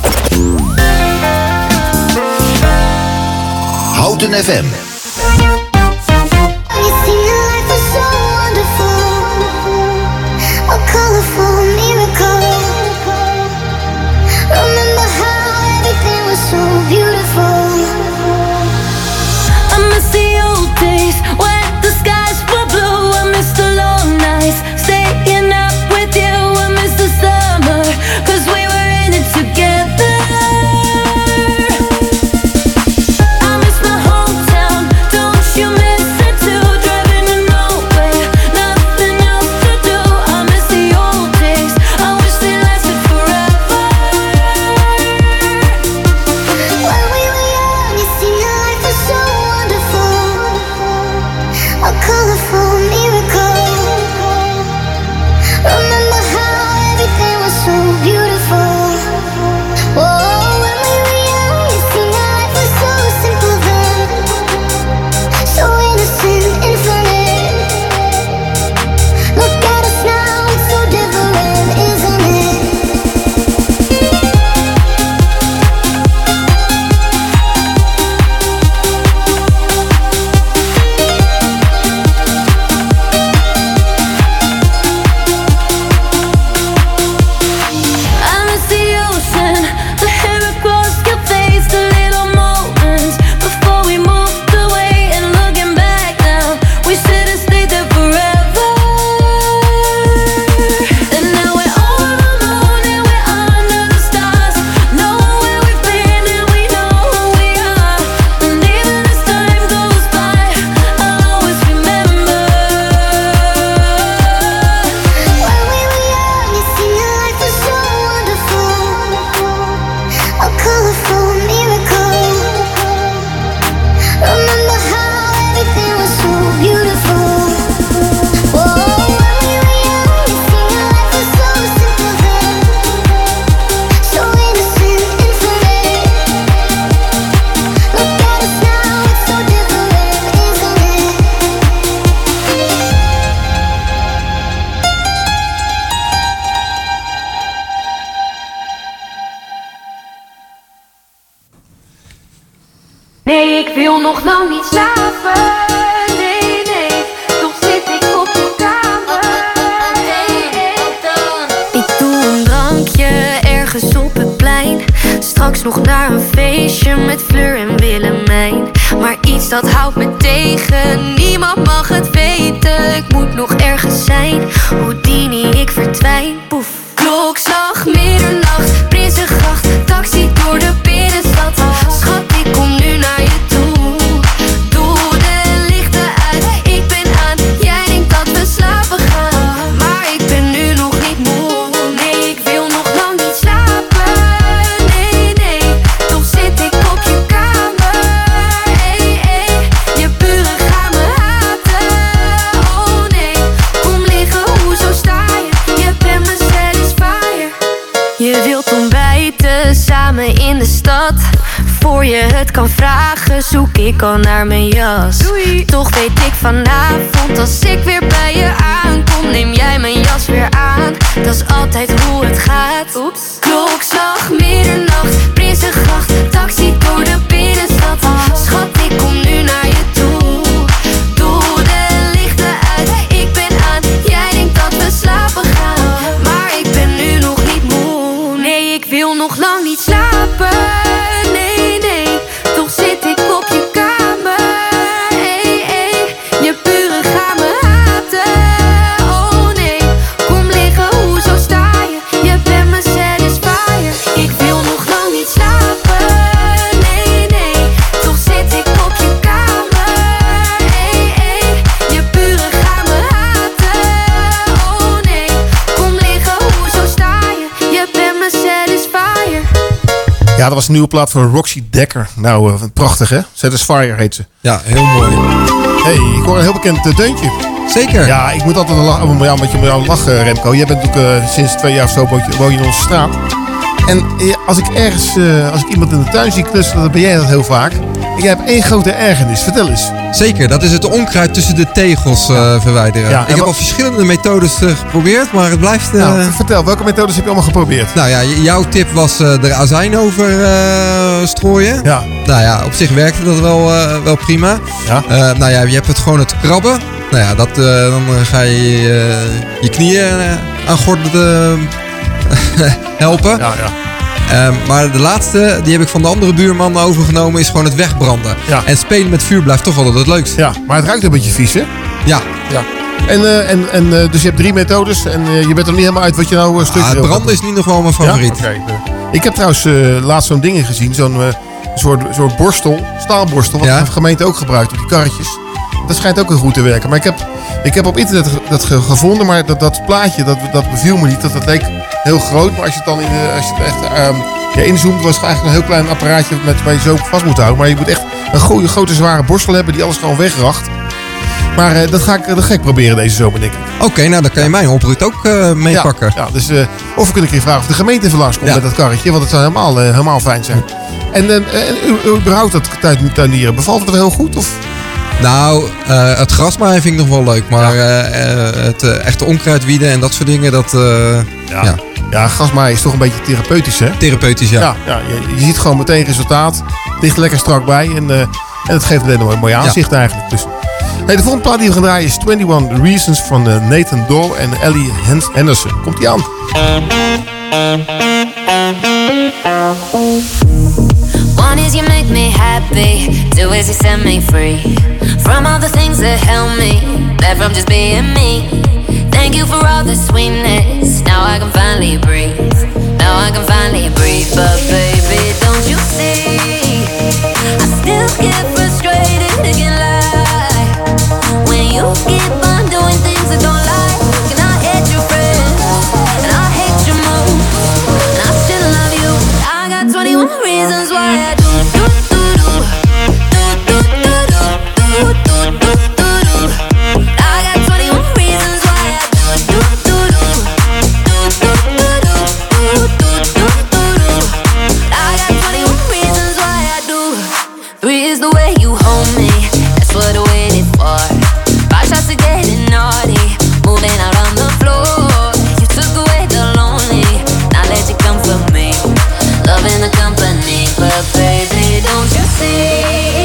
Houten F M. Cause Nee, ik wil nog lang niet slapen. Nee, nee, toch zit ik op je kamer. Hey, hey. Ik doe een drankje ergens op het plein. Straks nog naar een feestje met Fleur en Willemijn. Maar iets dat houdt me tegen, niemand mag het weten. Ik moet nog ergens zijn, Houdini, ik verdwijn. Poef. Klokslag, middernacht, Prinsengracht, taxi door de binnenstad. Schat, ik kom nu naar je toe. Doe de lichten uit, ik ben aan. Jij denkt dat we slapen gaan, maar ik ben nu nog niet moe. Nee, ik wil nog lang niet slapen. Nee, nee, toch zit ik op je kamer. Hey, hey, je buren gaan me haten. Oh nee, kom liggen, hoezo sta je? Je bent me satisfier. Je wilt ontbijten samen in de stad. Voor je het kan vragen, zoek ik al naar mijn jas. Doei. Toch weet ik vanavond, als ik weer bij je aankom, neem jij mijn jas weer aan. Dat is altijd hoe het gaat. Oeps. Klokslag, middernacht, Prinsengracht, taxi door de binnenstad. Schat, ik kom nu naar je toe. Doe de lichten uit, ik ben aan. Jij denkt dat we slapen gaan, maar ik ben nu nog niet moe. Nee, ik wil nog lang niet slapen. Nee, nee, toch zit ik op je kamer. Hey, hey, je buren gaan me haten. Oh nee, kom liggen, hoezo sta je? Je bent me satisfier. Ik wil nog lang niet slapen. Nee, nee, toch zit ik op je kamer. Hey, hey, je buren gaan me haten. Oh nee, kom liggen, hoezo sta je? Je bent me satisfier. Ja, dat was een nieuwe plaat van Roxy Dekker. Nou, uh, prachtig hè? Satisfier heet ze. Ja, heel mooi. Hey, ik hoor een heel bekend uh, deuntje. Zeker. Ja, ik moet altijd lachen, om jou, met je met jou lachen, Remco. Jij bent natuurlijk uh, sinds twee jaar of zo woon je, woon je in onze straat. En uh, als ik ergens, uh, als ik iemand in de tuin zie klussen, dan ben jij dat heel vaak. En jij hebt één grote ergernis. Vertel eens. Zeker, dat is het onkruid tussen de tegels uh, verwijderen. Ja, ik heb wat... al verschillende methodes uh, geprobeerd, maar het blijft... Uh... Nou, vertel, welke methodes heb je allemaal geprobeerd? Nou ja, j- jouw tip was uh, er azijn over uh, strooien. Ja. Nou ja, op zich werkte dat wel, uh, wel prima. Ja. Uh, nou ja, je hebt het gewoon het krabben. Nou ja, dat, uh, dan uh, ga je uh, je knieën uh, aan gordelen uh, helpen. Ja, ja. Um, maar de laatste, die heb ik van de andere buurman overgenomen, is gewoon het wegbranden. Ja. En spelen met vuur blijft toch altijd het leukste. Ja, maar het ruikt een beetje vies, hè? Ja. Ja. En, uh, en, en uh, dus je hebt drie methodes en uh, je bent er niet helemaal uit wat je nou uh, stuk ah, het branden is niet nog wel mijn favoriet. Ja? Okay. Ik heb trouwens uh, laatst zo'n ding gezien, zo'n uh, soort, soort borstel, staalborstel, wat ja? de gemeente ook gebruikt op die karretjes. Dat schijnt ook heel goed te werken. Maar ik heb, ik heb op internet dat ge- gevonden, maar dat, dat plaatje, dat, dat beviel me niet. Dat, dat leek heel groot, maar als je het dan in de, als je het echt um, ja, inzoomt, was het eigenlijk een heel klein apparaatje met, waar je zo vast moet houden. Maar je moet echt een goede, grote zware borstel hebben die alles gewoon wegracht. Maar uh, dat, ga ik, dat ga ik proberen deze zomer, denk ik. Oké, okay, nou dan kan je mijn oprit ook uh, meepakken. Ja, ja, dus, uh, of we kunnen een keer vragen of de gemeente even langskomt ja. met dat karretje, want het zou helemaal, uh, helemaal fijn zijn. En, uh, en uh, überhaupt dat tuinieren, bevalt het wel heel goed? Of? Nou, uh, het grasmaaien vind ik nog wel leuk, maar ja. uh, uh, het uh, echte onkruid wieden en dat soort dingen, dat... Uh, ja. Ja. ja, grasmaaien is toch een beetje therapeutisch, hè? Therapeutisch, ja. Ja, ja je, je ziet gewoon meteen resultaat, het ligt er lekker strak bij en, uh, en het geeft meteen een mooi aanzicht ja. eigenlijk. Dus. Hey, de volgende plaat die we gaan draaien is eenentwintig Reasons van uh, Nathan Doll en Ellie Henderson. Komt die aan? One is you make me happy, two is you set me free from all the things that help me, that from just being me. Thank you for all the sweetness, now I can finally breathe, now I can finally breathe. But baby, don't you see, I still get frustrated, can't lie, when you keep on doing things I don't like. And I hate your friends, and I hate your moves, and I still love you. I got twenty-one reasons why I do. Love in the company, but baby, don't you see?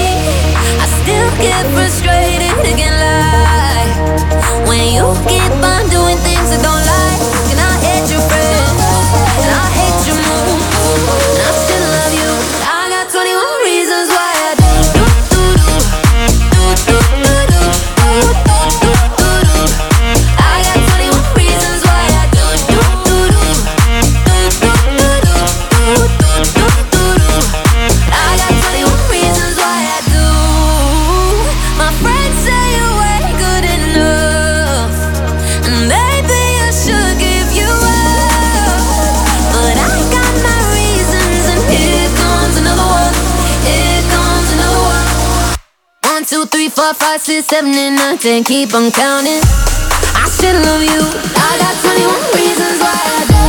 get frustrated, it can lie. When you keep on doing things that don't like, and I hate your friends, and I hate your moves, and I still love you. I got twenty-one reasons why I do. Two, three, four, five, six, seven, and nine, ten. Keep on counting. I still love you. I got twenty-one reasons why I do.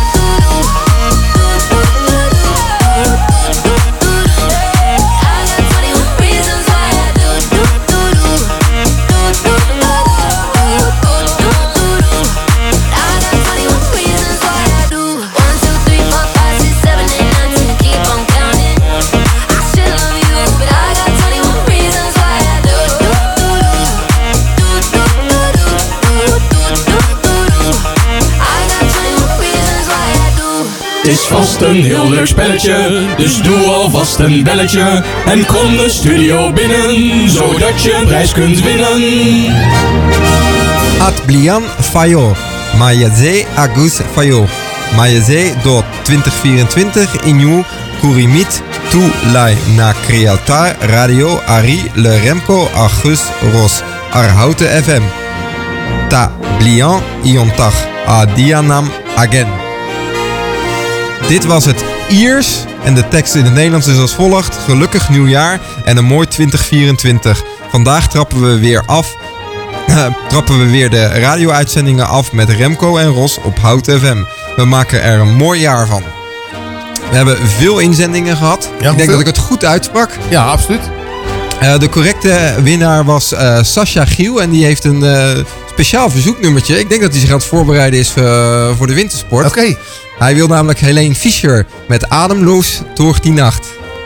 Het is vast een heel leuk spelletje, dus doe alvast een belletje en kom de studio binnen, zodat je een prijs kunt winnen. At Blian Fayo, Mayaze Agus Fayo, Mayaze do twintig vierentwintig Inyu Kurimit Tu Lai na Creatar Radio Ari Le Remco Agus Ros Arhouten F M. Ta Blian Iontag Adianam Agen. Dit was het Iers en de tekst in het Nederlands is als volgt. Gelukkig nieuwjaar en een mooi twintig vierentwintig. Vandaag trappen we weer af. trappen we weer de radio-uitzendingen af met Remco en Ros op Houten F M. We maken er een mooi jaar van. We hebben veel inzendingen gehad. Ja, ik denk veel? dat ik het goed uitsprak. Ja, absoluut. Uh, de correcte winnaar was uh, Sascha Giel en die heeft een uh, speciaal verzoeknummertje. Ik denk dat hij zich aan het voorbereiden is uh, voor de wintersport. Oké. Okay. Hij wil namelijk Helene Fischer met Ademloos door die nacht.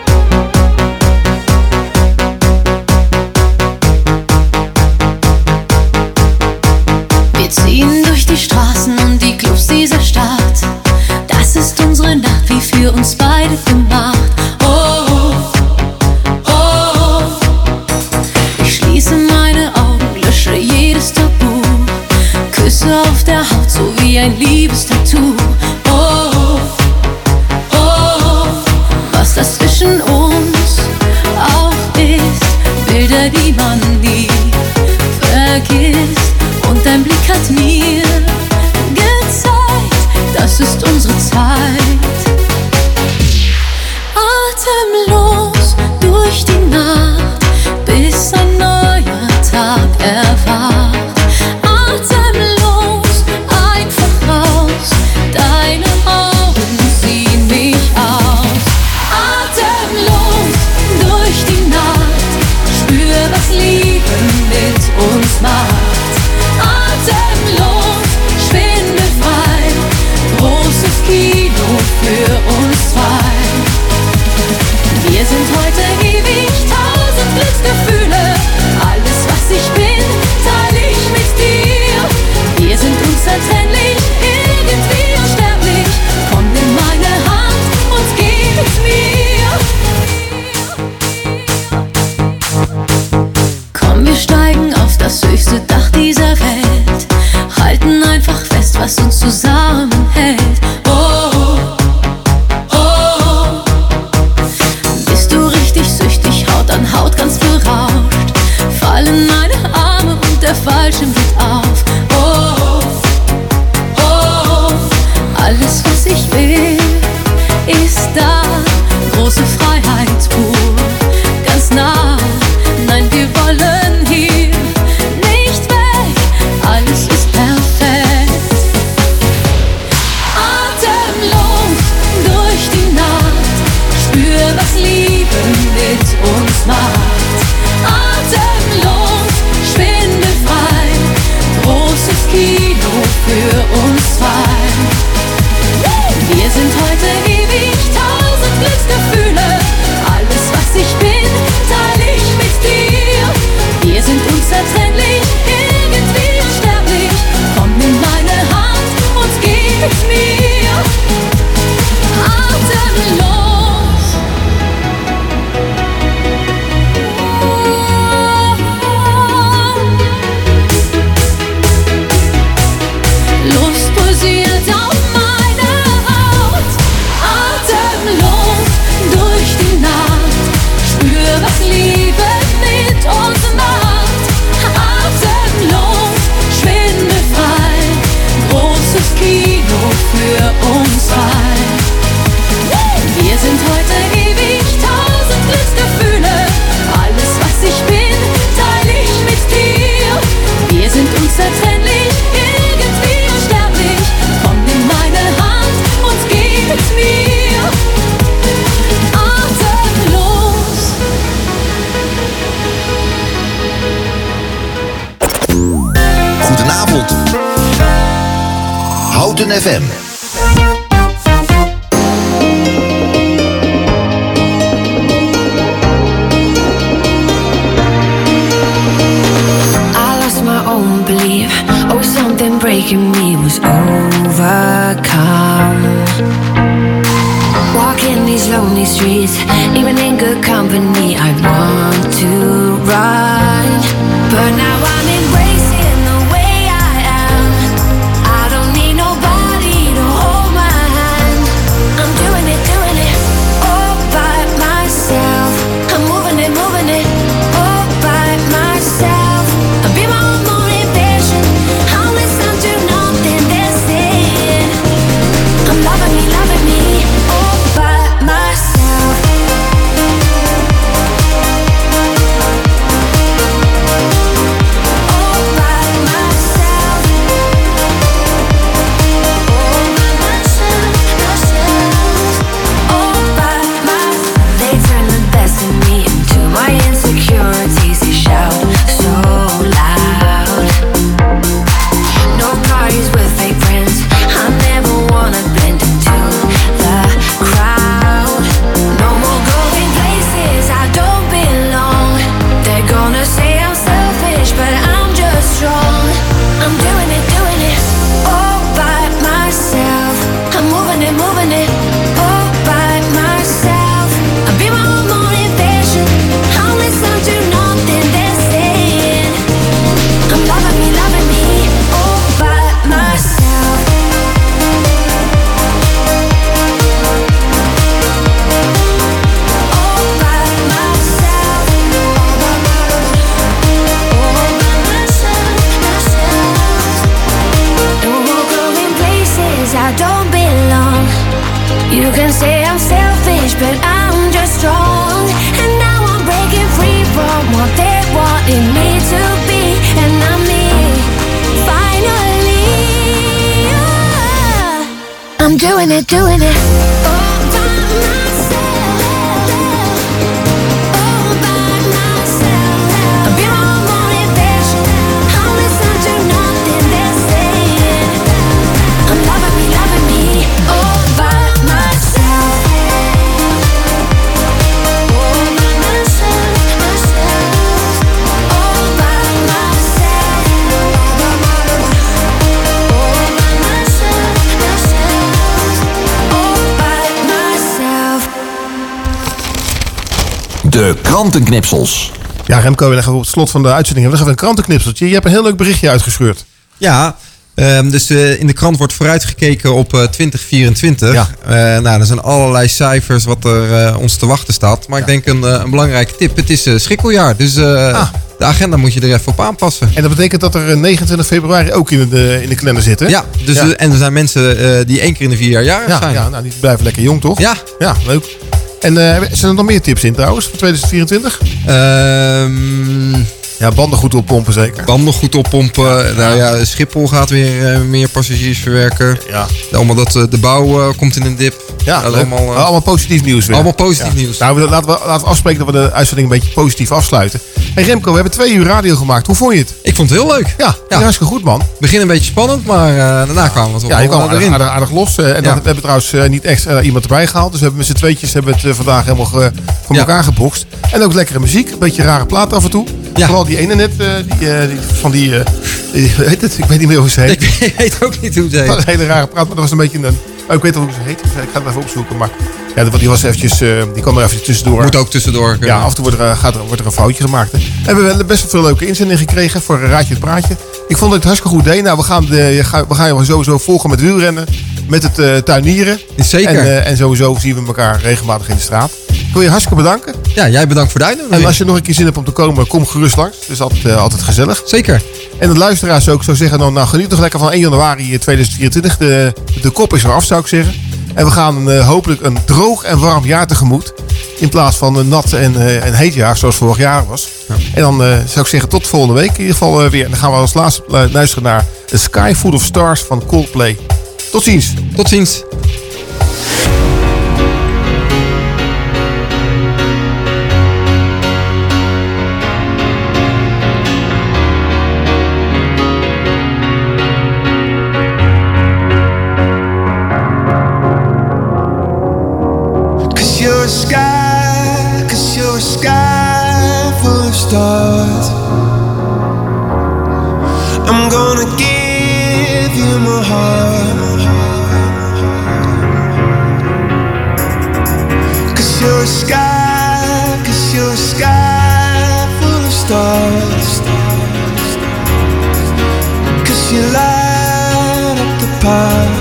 Wir ziehen durch die Straßen und die Clubs dieser Stadt. Das ist unsere Nacht, wie für uns beide gemacht. Oh, oh, oh. Ich schließe meine Augen, lösche jedes Tabu. Küsse auf der Haut, so wie ein Liebestattoo. Oh, oh, was da zwischen uns auch ist. Bilder, die man nie vergisst. Und dein Blick hat mir gezeigt, das ist unsere Zeit. Atemlos durch die Nacht, bis ein neuer Tag erwacht. Atemlos, einfach raus, deine Augen ziehen mich aus. Atemlos durch die Nacht, spür, was Liebe mit uns macht. Atemlos, schwindelfrei, großes Kino für uns zwei. Wir sind heute ewig, tausend Glücksgefühle. Alles, was ich bin, teile ich mit dir. Wir sind unzertrennlich, irgendwie unsterblich. Komm, nimm meine Hand und geh mit mir. Komm, wir steigen auf das höchste Dach dieser Welt. Halten einfach fest, was uns zusammenhält. Oh, oh, oh. Bist du richtig süchtig, Haut an Haut ganz berauscht. Fallen meine Arme und der Fallschirm geht auf. Oh, oh, alles was ich will, ist da. Große Freiheit pur, ganz nah. Nein, wir wollen hier nicht weg. Houten F M. I lost my own belief. Oh, something breaking me was overcome. Walking these lonely streets, even in good company, I want to run. But now I'm embracing the way I am. I don't need nobody to hold my hand. I'm doing it, doing it all by myself. I'm moving it, moving it all by myself. I'll be my own motivation. I'll listen to nothing they're saying. I'm loving me, loving me all by myself. All by myself. All by myself, myself. All by myself. They turn the best in me into my insecurities. They shout so loud. No parties with fake friends. I never wanna blend into the crowd. No more going places I don't belong. They're gonna say I'm selfish, but I'm just strong. I'm doing it, doing it all by myself. I'm moving it, moving it all by myself. I'll be my own motivation. I'll listen to nothing they're saying. I'm loving me, loving me all by myself. All by myself. All by myself, myself. No more going places I don't belong. You can say I'm selfish, but I'm just strong. And now I'm breaking free from what they wanted me to be. And I'm me, finally. Yeah. I'm doing it, doing it all by myself. All by myself. I'll be my own motivation. I'll listen to nothing they're saying. I'm loving me, loving me all by myself. All by myself, myself. All by myself. All by myself, myself. All by myself. De krantenknipsels. Ja, Remco, we leggen op het slot van de uitzending. We leggen even een krantenknipseltje. Je hebt een heel leuk berichtje uitgescheurd. Ja, um, dus uh, in de krant wordt vooruitgekeken op uh, twintig vierentwintig. Ja. Uh, nou, er zijn allerlei cijfers wat er uh, ons te wachten staat. Maar Ja. ik denk een, uh, een belangrijke tip. Het is uh, schrikkeljaar, dus uh, Ah. de agenda moet je er even op aanpassen. En dat betekent dat er negenentwintig februari ook in de, in de kalender zit, hè? Ja, dus Ja. uh, en er zijn mensen uh, die één keer in de vier jaar jarig Ja, zijn. ja, nou, die blijven lekker jong, toch? Ja. Ja, leuk. En uh, zijn er nog meer tips in trouwens voor twintig vierentwintig? Ehm, Ja, banden goed oppompen zeker. banden goed oppompen. Nou ja, Schiphol gaat weer uh, meer passagiers verwerken. Ja. Allemaal dat uh, de bouw uh, komt in een dip. Ja, Dat leuk. allemaal, uh, allemaal positief nieuws weer. allemaal positief Ja. nieuws. Nou, we- laten we, laten we afspreken dat we de uitzending een beetje positief afsluiten. Hey Remco, we hebben twee uur radio gemaakt. Hoe vond je het? Ik vond het heel leuk. Ja, ja. hartstikke goed, man. Begin een beetje spannend, maar uh, daarna kwamen we toch Ja, je wel kwam erin. aardig, aardig, aardig los. Uh, en Ja. dan, we hebben trouwens uh, niet extra iemand erbij gehaald. Dus we hebben met z'n tweetjes hebben we het uh, vandaag helemaal ge- voor Ja. elkaar gebokst. En ook lekkere muziek. Een beetje rare plaat af en toe. Ja. Vooral die ene net, uh, die, uh, die, van die, uh, die, hoe heet het? Ik weet niet meer hoe ze heet. Ik weet ook niet hoe het heet. Dat was een hele rare praat, maar dat was een beetje een... Oh, ik weet wel hoe ze heet. Ik ga het even opzoeken. Maar ja, die was eventjes, uh, die kwam er eventjes tussendoor. Moet ook tussendoor kunnen. Ja, af en toe wordt er, uh, gaat er, wordt er een foutje gemaakt. Hè. En we hebben best wel veel leuke inzendingen gekregen voor een Raadje het Praatje. Ik vond het hartstikke goed deed. Nou, we gaan, de, we gaan je sowieso volgen met wielrennen. Met het uh, tuinieren. Zeker. En, uh, en sowieso zien we elkaar regelmatig in de straat. Ik wil je hartstikke bedanken. Ja, jij bedankt voor de uitnodiging. En als je nog een keer zin hebt om te komen, kom gerust langs. Het is altijd, uh, altijd gezellig. Zeker. En de luisteraars ook zou zeggen, nou, nou geniet toch lekker van één januari tweeduizend vierentwintig. De, de kop is eraf, zou ik zeggen. En we gaan uh, hopelijk een droog en warm jaar tegemoet. In plaats van een nat en, uh, en heet jaar, zoals vorig jaar was. Ja. En dan uh, zou ik zeggen, tot volgende week in ieder geval uh, weer. En dan gaan we als laatste uh, luisteren naar A Sky Full of Stars van Coldplay. Tot ziens. Tot ziens. stars. I'm gonna give you my heart. Cause you're a sky, cause you're a sky full of stars. Cause you light up the park.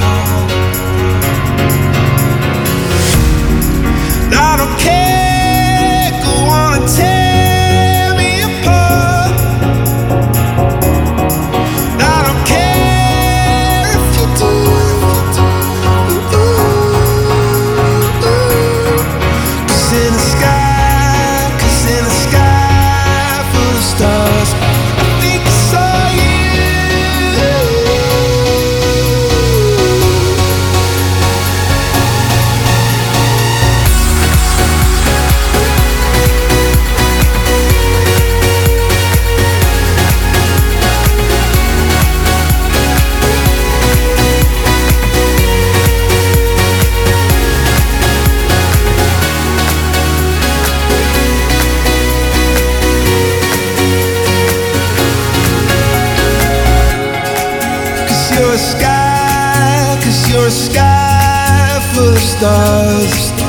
I don't care, go on and tear me apart. I don't care if you do. Cause in the sky, cause in the sky full of stars, I think I saw you. Cause you're a sky, cause you're a sky full of stars.